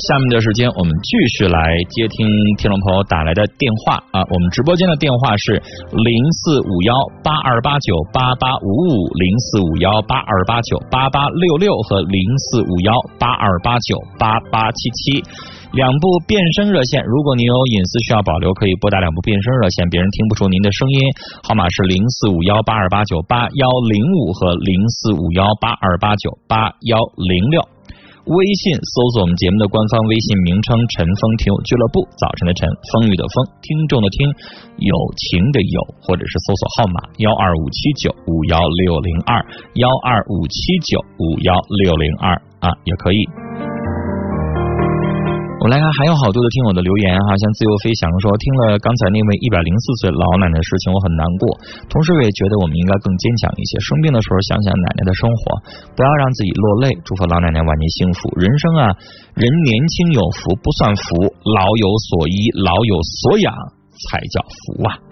下面的时间我们继续来接听听众朋友打来的电话啊，我们直播间的电话是045182898855，045182898866和045182898877。两部变声热线，如果您有隐私需要保留，可以拨打两部变声热线，别人听不出您的声音，号码是045182898105和045182898106。微信搜索我们节目的官方微信名称陈峰听友俱乐部，早晨的晨，风雨的风，听众的听，友情的友，或者是搜索号码125795160212579516022也可以。我们来看还有好多的听友的留言哈，像自由飞翔说，听了刚才那位104岁老奶奶的事情我很难过，同时我也觉得我们应该更坚强一些，生病的时候想想奶奶的生活，不要让自己落泪，祝福老奶奶晚年幸福。人生啊，人年轻有福不算福，老有所依老有所养才叫福啊。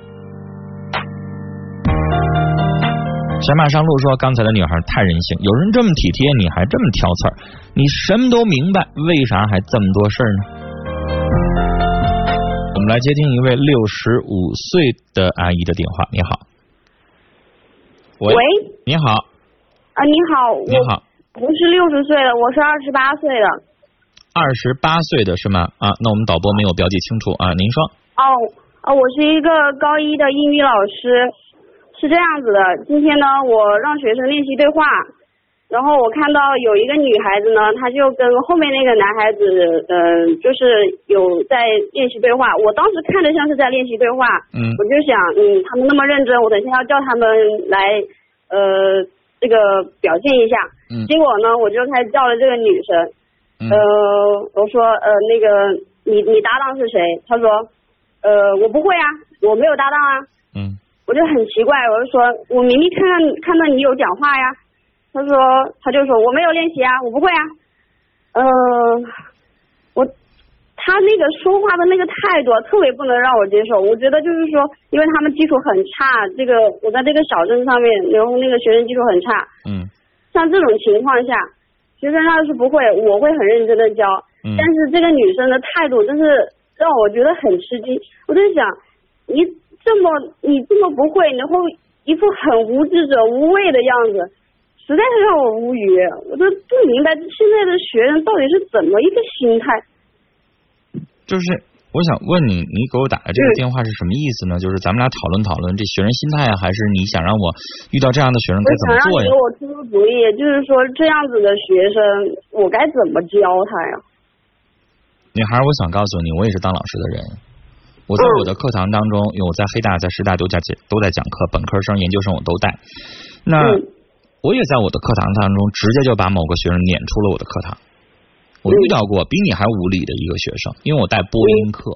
小马上路说，刚才的女孩太任性，有人这么体贴你还这么挑刺儿，你什么都明白，为啥还这么多事儿呢？我们来接听一位65岁的阿姨的电话。你好。喂，你好。 你好。 你好。 我不是60岁的，我是28岁的。 28岁的是吗？那我们导播没有标记清楚啊，您说。 我是一个高一的英语老师。是这样子的，今天呢，我让学生练习对话，然后我看到有一个女孩子呢，她就跟后面那个男孩子，就是有在练习对话。我当时看着像是在练习对话，我就想，他们那么认真，我等一下要叫他们来，这个表现一下。结果呢，我就开始叫了这个女生，我说，那个你搭档是谁？她说，我不会啊，我没有搭档啊。我就很奇怪，我就说我明明看到你有讲话呀，他就说我没有练习啊，我不会啊，他那个说话的那个态度特别不能让我接受，我觉得就是说，因为他们基础很差，这个我在这个小镇上面，然后那个学生基础很差，像这种情况下，学生要是不会，我会很认真的教，但是这个女生的态度真是让我觉得很吃惊，我在想你这么不会，然后一副很无知者无畏的样子，实在是让我无语。我都不明白现在的学生到底是怎么一个心态。 就是我想问你，你给我打的这个电话是什么意思呢？就是咱们俩讨论讨论这学生心态啊，还是你想让我遇到这样的学生该怎么做呀？ 我想让你给我出出主意，就是说这样子的学生我该怎么教他呀？ 女孩，我想告诉你，我也是当老师的人。我在我的课堂当中，因为我在黑大、在师大都在讲课，本科生、研究生我都带。那我也在我的课堂当中，直接就把某个学生撵出了我的课堂。我遇到过比你还无理的一个学生，因为我带播音课。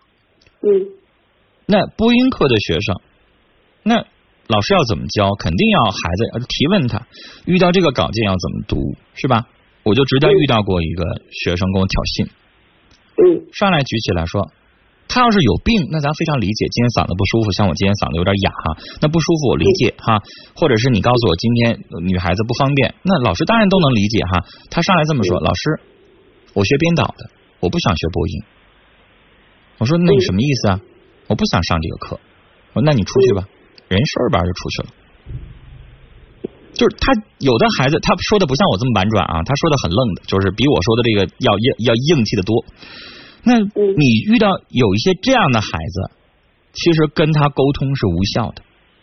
那播音课的学生，那老师要怎么教？肯定要孩子提问他，遇到这个稿件要怎么读，是吧？我就直接遇到过一个学生跟我挑衅，上来举起来说。他要是有病，那咱非常理解，今天嗓子不舒服，像我今天嗓子有点哑哈，那不舒服我理解哈，或者是你告诉我今天女孩子不方便，那老师当然都能理解哈。他上来这么说，老师，我学编导的，我不想学播音。我说那你什么意思啊？我不想上这个课。我说那你出去吧，人事儿班就出去了。就是他有的孩子，他说的不像我这么婉转啊，他说的很愣的，就是比我说的这个要硬气的多。那你遇到有一些这样的孩子，其实跟他沟通是无效的。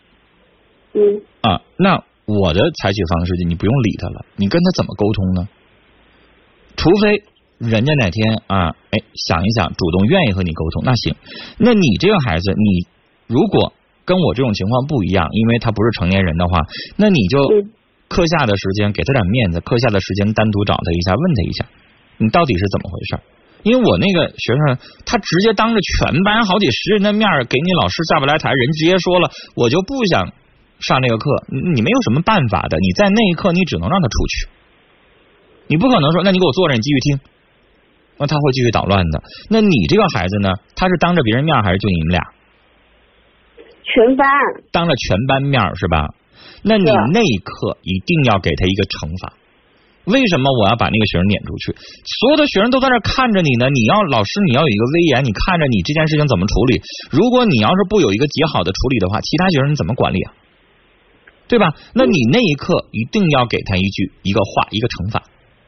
那我的采取方式就你不用理他了，你跟他怎么沟通呢？除非人家哪天想一想，主动愿意和你沟通，那行。那你这个孩子，你如果跟我这种情况不一样，因为他不是成年人的话，那你就课下的时间给他点面子，课下的时间单独找他一下，问他一下，你到底是怎么回事？因为我那个学生，他直接当着全班好几十人的面给你老师下不来台，人直接说了，我就不想上这个课，你没有什么办法的，你在那一刻你只能让他出去，你不可能说，那你给我坐着，你继续听，那他会继续捣乱的。那你这个孩子呢，他是当着别人面还是就你们俩？ 全班。当着全班面是吧？那你那一刻一定要给他一个惩罚。 为什么我要把那个学生撵出去？所有的学生都在那看着你呢，老师你要有一个威严，你看着你这件事情怎么处理。如果你要是不有一个极好的处理的话，其他学生你怎么管理啊？对吧？那你那一刻一定要给他一个话，一个惩罚。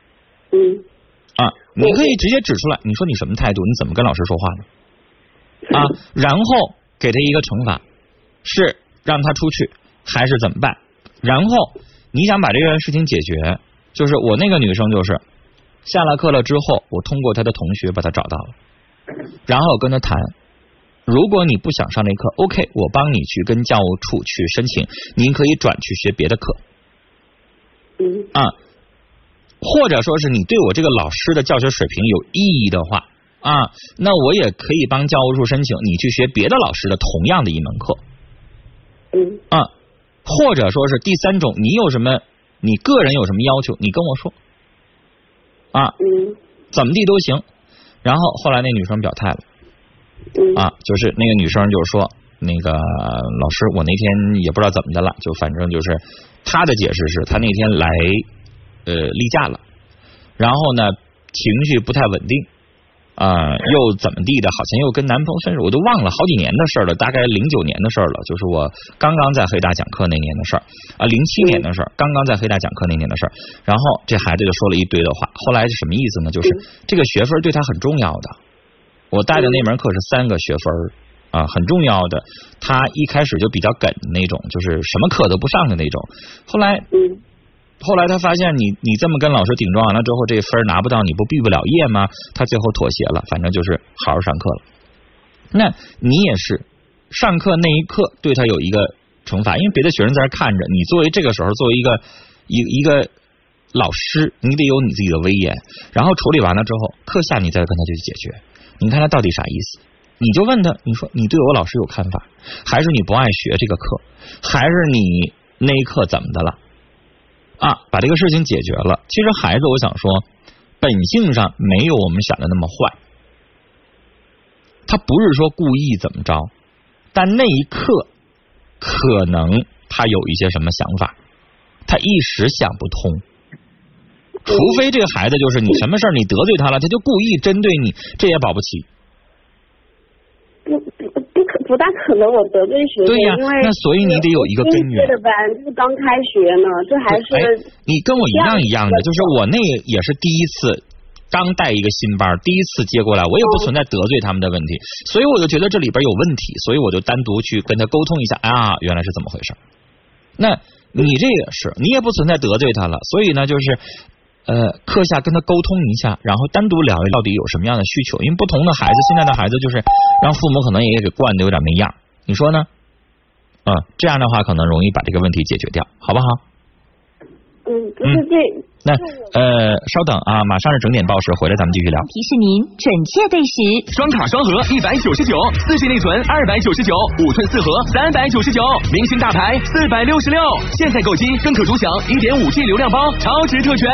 你可以直接指出来，你说你什么态度，你怎么跟老师说话呢？然后给他一个惩罚，是让他出去还是怎么办？然后你想把这件事情解决，就是我那个女生就是下了课了之后，我通过她的同学把她找到了，然后我跟她谈，如果你不想上那课 OK， 我帮你去跟教务处去申请，您可以转去学别的课。或者说是你对我这个老师的教学水平有异议的话那我也可以帮教务处申请你去学别的老师的同样的一门课。或者说是第三种，你个人有什么要求，你跟我说怎么地都行。然后后来那女生表态了就是那个女生就是说，那个老师我那天也不知道怎么的了，就反正就是她的解释是她那天来例假了，然后呢情绪不太稳定又怎么地的，好像又跟男朋友分手，我都忘了好几年的事了，大概09年的事了，就是我刚刚在黑大讲课那年的事07年的事，刚刚在黑大讲课那年的事。然后这孩子就说了一堆的话，后来是什么意思呢？就是这个学分对他很重要的，我带的那门课是3个学分很重要的，他一开始就比较梗那种，就是什么课都不上的那种。后来他发现你这么跟老师顶撞完了之后，这分拿不到，你不毕不了业吗？他最后妥协了，反正就是好好上课了。那你也是上课那一刻对他有一个惩罚，因为别的学生在那看着你，作为这个时候作为一个老师，你得有你自己的威严。然后处理完了之后，课下你再跟他去解决，你看他到底啥意思？你就问他，你说你对我老师有看法，还是你不爱学这个课，还是你那一刻怎么的了？把这个事情解决了。其实孩子我想说本性上没有我们想的那么坏，他不是说故意怎么着，但那一刻可能他有一些什么想法，他一时想不通。除非这个孩子就是你什么事你得罪他了，他就故意针对你，这也保不齐。 不大可能我得罪学生， 对呀，那所以你得有一个根源。 的班就是刚开学呢，这还是你跟我一样的，就是我那也是第一次刚带一个新班，第一次接过来，我也不存在得罪他们的问题，所以我就觉得这里边有问题，所以我就单独去跟他沟通一下原来是怎么回事。那你这也是，你也不存在得罪他了，所以呢就是课下跟他沟通一下，然后单独聊一聊到底有什么样的需求，因为不同的孩子，现在的孩子就是让父母可能也给惯的有点没样，你说呢？这样的话可能容易把这个问题解决掉，好不好？那稍等马上是整点报时，回来咱们继续聊。 提示您准确对时， 双卡双核199，4G 内存299，5寸4核399，明星大牌466，现在购机更可独享1.5G 流量包，超值特权。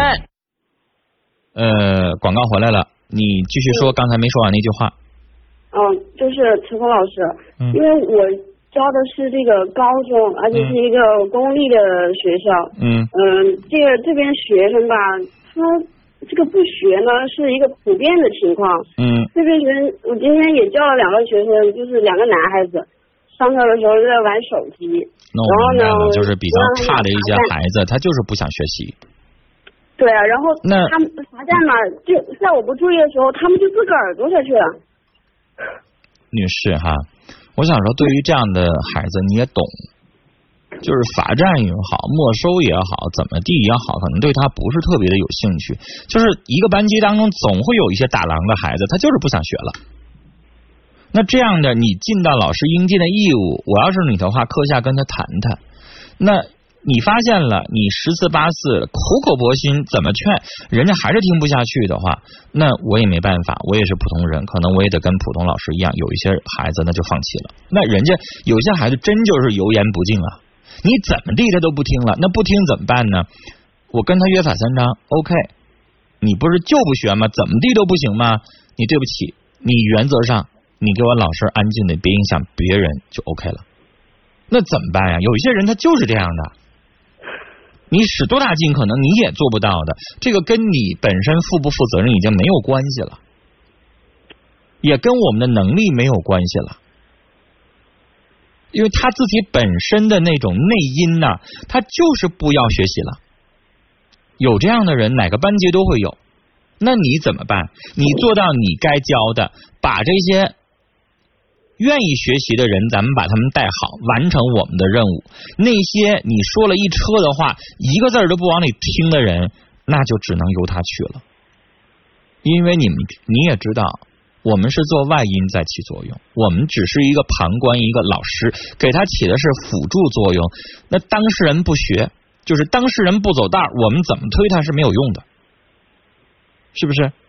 广告回来了，你继续说刚才没说完那句话。 就是陈峰老师，因为我教的是这个高中，而且是一个公立的学校。这边学生吧，他这个不学呢是一个普遍的情况。这边学生，我今天也教了2个学生，就是2个男孩子，上课的时候在玩手机。然后呢， 就是比较差的一些孩子，他就是不想学习。 对啊，然后他们罚站嘛，就在我不注意的时候，他们就自个儿坐下去了。 女士哈，我想说，对于这样的孩子，你也懂，就是罚站也好，没收也好，怎么地也好，可能对他不是特别的有兴趣。就是一个班级当中，总会有一些打狼的孩子，他就是不想学了。那这样的，你尽到老师应尽的义务，我要是你的话，课下跟他谈谈。那你发现了，你10次8次苦口婆心怎么劝，人家还是听不下去的话，那我也没办法，我也是普通人，可能我也得跟普通老师一样，有一些孩子那就放弃了。那人家有些孩子真就是油盐不进啊，你怎么地他都不听了，那不听怎么办呢？我跟他约法三章 OK， 你不是就不学吗？怎么地都不行吗？你对不起，你原则上你给我老实安静的，别影响别人就 OK 了。那怎么办呀？有一些人他就是这样的， 你使多大劲，可能你也做不到的。这个跟你本身负不负责任已经没有关系了，也跟我们的能力没有关系了。因为他自己本身的那种内因呢，他就是不要学习了。有这样的人，哪个班级都会有。那你怎么办？你做到你该教的，把这些愿意学习的人，咱们把他们带好，完成我们的任务。那些你说了一车的话，一个字都不往里听的人，那就只能由他去了。因为你也知道，我们是做外因在起作用，我们只是一个旁观，一个老师，给他起的是辅助作用。那当事人不学，就是当事人不走道，我们怎么推他是没有用的，是不是？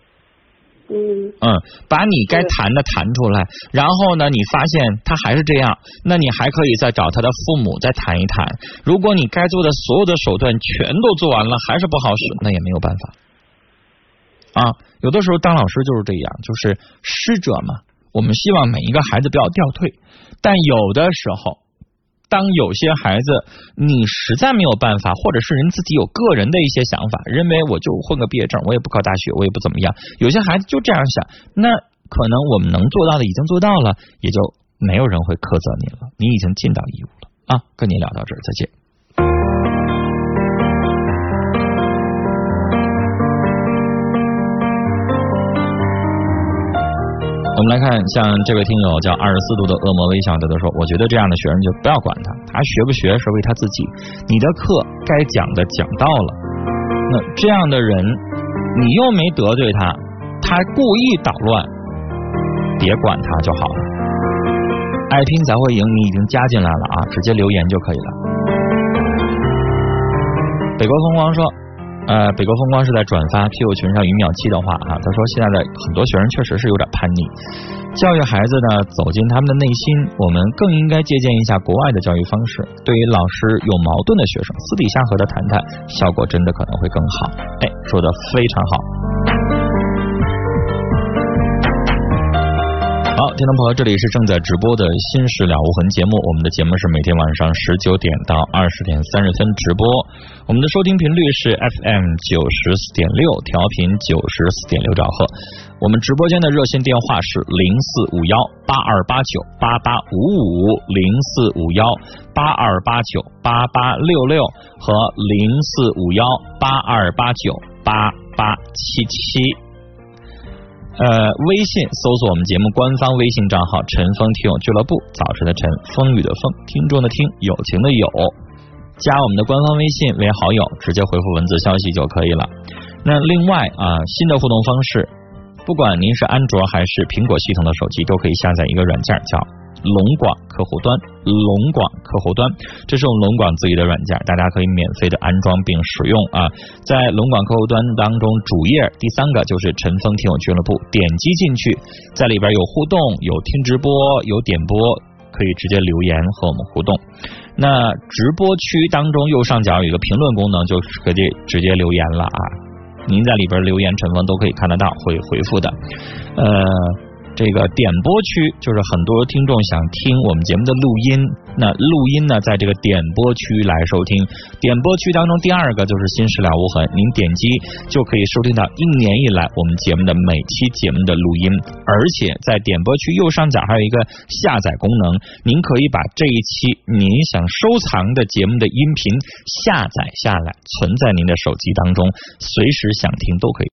把你该谈的谈出来，然后呢，你发现他还是这样，那你还可以再找他的父母再谈一谈。如果你该做的所有的手段全都做完了，还是不好使，那也没有办法啊。有的时候当老师就是这样，就是师者嘛，我们希望每一个孩子不要掉退，但有的时候当有些孩子你实在没有办法，或者是人自己有个人的一些想法，认为我就混个毕业证，我也不考大学，我也不怎么样，有些孩子就这样想，那可能我们能做到的已经做到了，也就没有人会苛责你了，你已经尽到义务了啊。跟你聊到这儿，再见。我们来看，像这位听友叫24度的恶魔微笑的说，我觉得这样的学生就不要管他，他学不学是为他自己，你的课该讲的讲到了，那这样的人你又没得罪他，他故意捣乱，别管他就好了。爱拼才会赢，你已经加进来了啊，直接留言就可以了。北国风光说，北国风光是在转发 QQ 群上1秒7的话啊，他说现在的很多学生确实是有点叛逆，教育孩子呢走进他们的内心，我们更应该借鉴一下国外的教育方式。对于老师有矛盾的学生，私底下和他谈谈，效果真的可能会更好。说的非常好。好，听众朋友，这里是正在直播的新事了无痕节目，我们的节目是每天晚上19点到20点30分直播，我们的收听频率是 FM 94.6，调频94.6兆赫。我们直播间的热线电话是045182898855 045182898866和045182898877。微信搜索我们节目官方微信账号陈峰听友俱乐部，早晨的晨，风雨的风，听众的听，友情的友，加我们的官方微信为好友，直接回复文字消息就可以了。那另外新的互动方式，不管您是安卓还是苹果系统的手机，都可以下载一个软件叫龙广客户端，龙广客户端，这是我们龙广自己的软件，大家可以免费的安装并使用啊。在龙广客户端当中，主页第3个就是陈峰听友俱乐部，点击进去，在里边有互动，有听直播，有点播，可以直接留言和我们互动。那直播区当中右上角有一个评论功能，就可以直接留言了啊。您在里边留言，陈峰都可以看得到，会回复的。这个点播区就是很多听众想听我们节目的录音，那录音呢在这个点播区来收听。点播区当中第2个就是新事了无痕，您点击就可以收听到1年以来我们节目的每期节目的录音，而且在点播区右上角还有一个下载功能，您可以把这一期您想收藏的节目的音频下载下来，存在您的手机当中，随时想听都可以。